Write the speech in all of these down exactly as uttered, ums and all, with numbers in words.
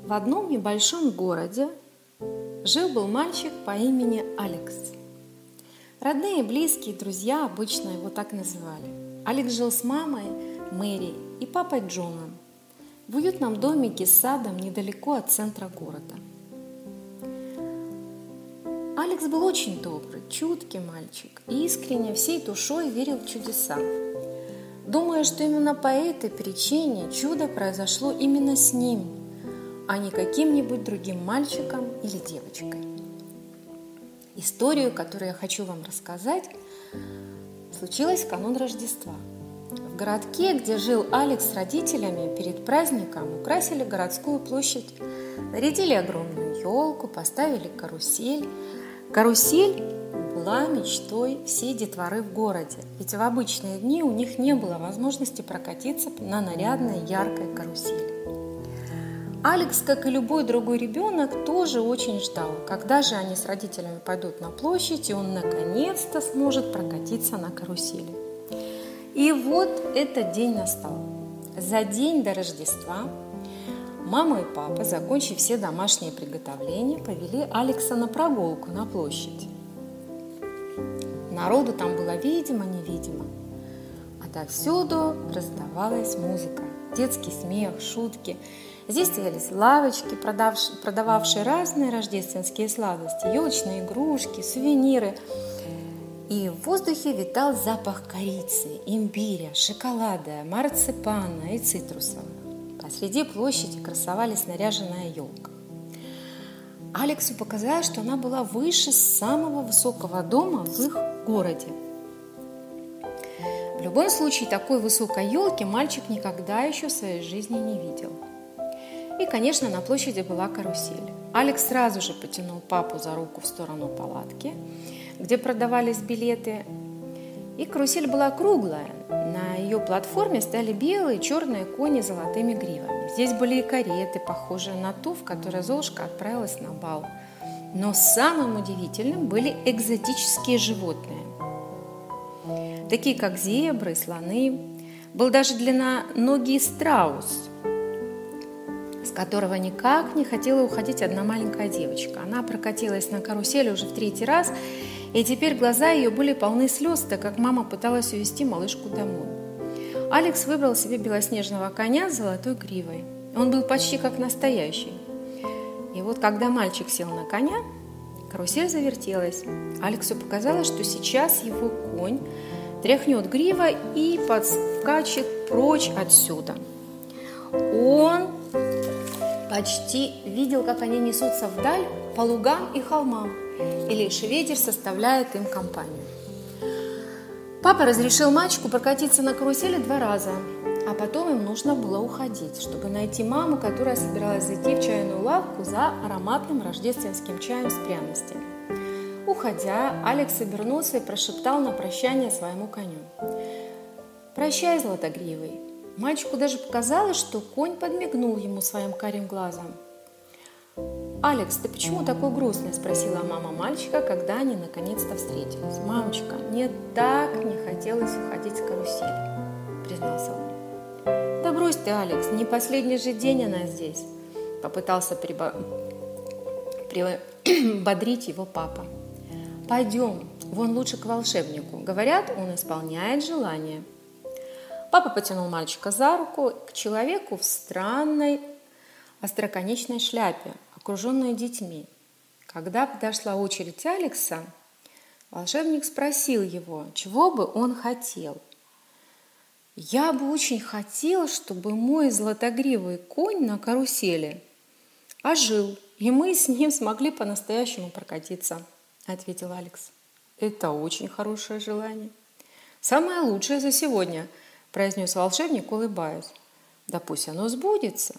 В одном небольшом городе жил-был мальчик по имени Алекс. Родные, близкие, друзья обычно его так называли. Алекс жил с мамой Мэри и папой Джоном в уютном домике с садом недалеко от центра города. Алекс был очень добрый, чуткий мальчик и искренне всей душой верил в чудеса. Думая, что именно по этой причине чудо произошло именно с ним, а не каким-нибудь другим мальчиком или девочкой. Историю, которую я хочу вам рассказать, случилась в канун Рождества. В городке, где жил Алекс с родителями, перед праздником украсили городскую площадь, нарядили огромную елку, поставили карусель. Карусель была мечтой всей детворы в городе, ведь в обычные дни у них не было возможности прокатиться на нарядной яркой карусели. Алекс, как и любой другой ребенок, тоже очень ждал, когда же они с родителями пойдут на площадь, и он наконец-то сможет прокатиться на карусели. И вот этот день настал. За день до Рождества мама и папа, закончив все домашние приготовления, повели Алекса на прогулку на площадь. Народу там было видимо-невидимо. Отовсюду раздавалась музыка, детский смех, шутки. Здесь стоялись лавочки, продававшие разные рождественские сладости, елочные игрушки, сувениры. И в воздухе витал запах корицы, имбиря, шоколада, марципана и цитрусов. Посреди площади красовалась наряженная елка. Алексу показалось, что она была выше самого высокого дома в их городе. В любом случае, такой высокой елки мальчик никогда еще в своей жизни не видел. И, конечно, на площади была карусель. Алекс сразу же потянул папу за руку в сторону палатки, где продавались билеты. И карусель была круглая. На ее платформе стояли белые и черные кони с золотыми гривами. Здесь были и кареты, похожие на ту, в которой Золушка отправилась на бал. Но самым удивительным были экзотические животные, такие как зебры, слоны. Был даже длинноногий страус, с которого никак не хотела уходить одна маленькая девочка. Она прокатилась на карусели уже в третий раз, и теперь глаза ее были полны слез, так как мама пыталась увезти малышку домой. Алекс выбрал себе белоснежного коня с золотой гривой. Он был почти как настоящий. И вот когда мальчик сел на коня, карусель завертелась. Алексу показалось, что сейчас его конь тряхнет гривой и подскачет прочь отсюда. Он почти видел, как они несутся вдаль по лугам и холмам, и лишь ветер составляет им компанию. Папа разрешил мальчику прокатиться на карусели два раза, а потом им нужно было уходить, чтобы найти маму, которая собиралась зайти в чайную лавку за ароматным рождественским чаем с пряностями. Уходя, Алекс обернулся и прошептал на прощание своему коню: «Прощай, златогривый». Мальчику даже показалось, что конь подмигнул ему своим карим глазом. «Алекс, ты почему такой грустный?» – спросила мама мальчика, когда они наконец-то встретились. «Мамочка, мне так не хотелось уходить с карусели», – признался он. «Да брось ты, Алекс, не последний же день она здесь», – попытался прибо... прибодрить его папа. «Пойдем, вон лучше к волшебнику. Говорят, он исполняет желания». Папа потянул мальчика за руку к человеку в странной остроконечной шляпе, окруженной детьми. Когда подошла очередь Алекса, волшебник спросил его, чего бы он хотел. «Я бы очень хотел, чтобы мой златогривый конь на карусели ожил, и мы с ним смогли по-настоящему прокатиться», – ответил Алекс. «Это очень хорошее желание. Самое лучшее за сегодня», – произнес волшебник, улыбаясь. «Да пусть оно сбудется».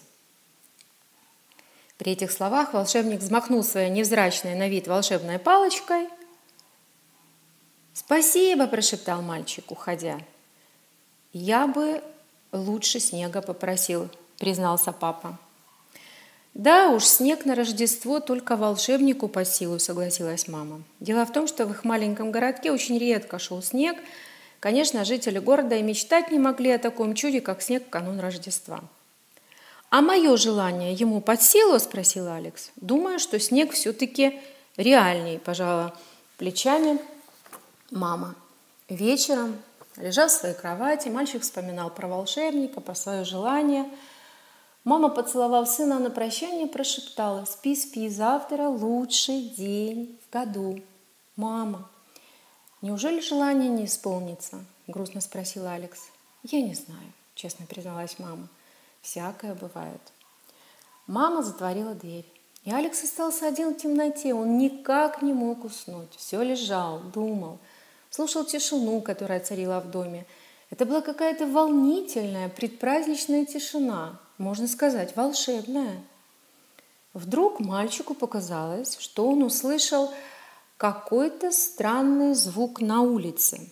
При этих словах волшебник взмахнул своей невзрачной на вид волшебной палочкой. «Спасибо», – прошептал мальчик, уходя. «Я бы лучше снега попросил», – признался папа. «Да уж, снег на Рождество только волшебнику по силу», – согласилась мама. Дело в том, что в их маленьком городке очень редко шел снег. Конечно, жители города и мечтать не могли о таком чуде, как снег в канун Рождества. «А мое желание ему под силу?» – спросил Алекс. «Думаю, что снег все-таки реальней», – пожала плечами мама. Вечером, лежа в своей кровати, мальчик вспоминал про волшебника, про свое желание. Мама, поцеловав сына на прощание, прошептала: «Спи, спи, завтра лучший день в году». «Мама, неужели желание не исполнится?» – грустно спросил Алекс. «Я не знаю», – честно призналась мама. «Всякое бывает». Мама затворила дверь, и Алекс остался один в темноте. Он никак не мог уснуть. Все лежал, думал, слушал тишину, которая царила в доме. Это была какая-то волнительная, предпраздничная тишина, можно сказать, волшебная. Вдруг мальчику показалось, что он услышал какой-то странный звук на улице.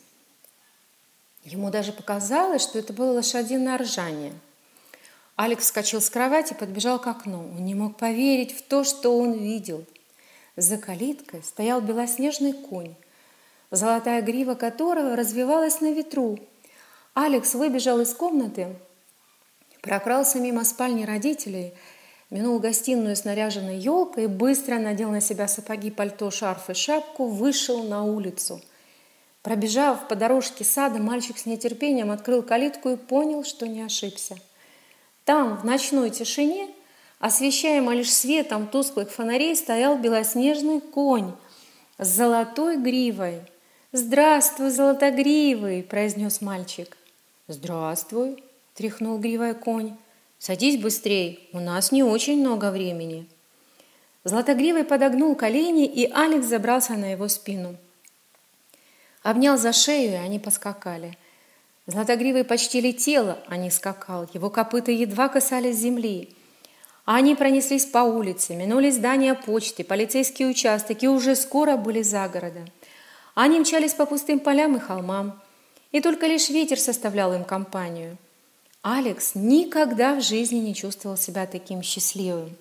Ему даже показалось, что это было лошадиное ржание. Алекс вскочил с кровати и подбежал к окну. Он не мог поверить в то, что он видел. За калиткой стоял белоснежный конь, золотая грива которого развивалась на ветру. Алекс выбежал из комнаты, прокрался мимо спальни родителей, минул гостиную с наряженной елкой, быстро надел на себя сапоги, пальто, шарф и шапку, вышел на улицу. Пробежав по дорожке сада, мальчик с нетерпением открыл калитку и понял, что не ошибся. Там, в ночной тишине, освещаемый лишь светом тусклых фонарей, стоял белоснежный конь с золотой гривой. «Здравствуй, золотогривый!» – произнес мальчик. «Здравствуй!» – тряхнул гривой конь. «Садись быстрей, у нас не очень много времени». Золотогривый подогнул колени, и Алекс забрался на его спину. Обнял за шею, и они поскакали. Золотогривый почти летел, а не скакал. Его копыта едва касались земли. Они пронеслись по улице, минули здания почты, полицейские участки и уже скоро были за городом. Они мчались по пустым полям и холмам, и только лишь ветер составлял им компанию. Алекс никогда в жизни не чувствовал себя таким счастливым.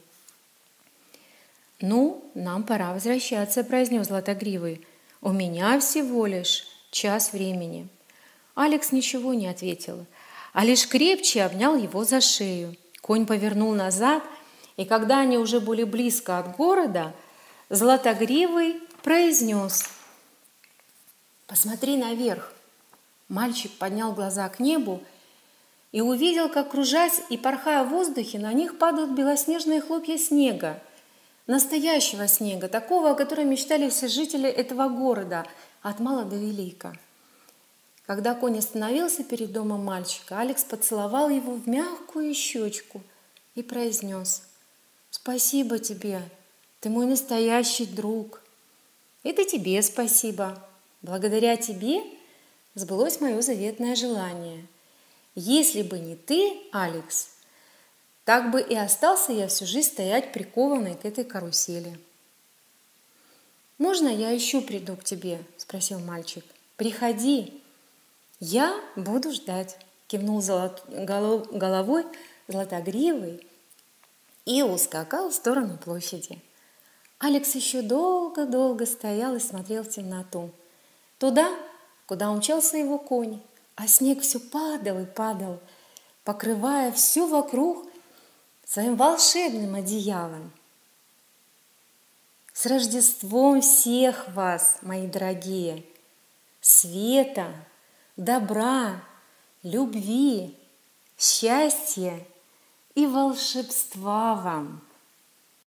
«Ну, нам пора возвращаться», – произнес Золотогривый. «У меня всего лишь час времени». Алекс ничего не ответил, а лишь крепче обнял его за шею. Конь повернул назад, и когда они уже были близко от города, Золотогривый произнес: «Посмотри наверх». Мальчик поднял глаза к небу и увидел, как, кружась и порхая в воздухе, на них падают белоснежные хлопья снега. Настоящего снега, такого, о котором мечтали все жители этого города, от мала до велика. Когда конь остановился перед домом мальчика, Алекс поцеловал его в мягкую щечку и произнес: «Спасибо тебе, ты мой настоящий друг». «Это тебе спасибо. Благодаря тебе сбылось мое заветное желание. Если бы не ты, Алекс, так бы и остался я всю жизнь стоять прикованной к этой карусели». «Можно я еще приду к тебе?» – спросил мальчик. «Приходи, я буду ждать», – кивнул золот... голов... головой Золотогривый и ускакал в сторону площади. Алекс еще долго-долго стоял и смотрел в темноту, туда, куда умчался его конь, а снег все падал и падал, покрывая все вокруг своим волшебным одеялом. С Рождеством всех вас, мои дорогие! Света, добра, любви, счастья и волшебства вам!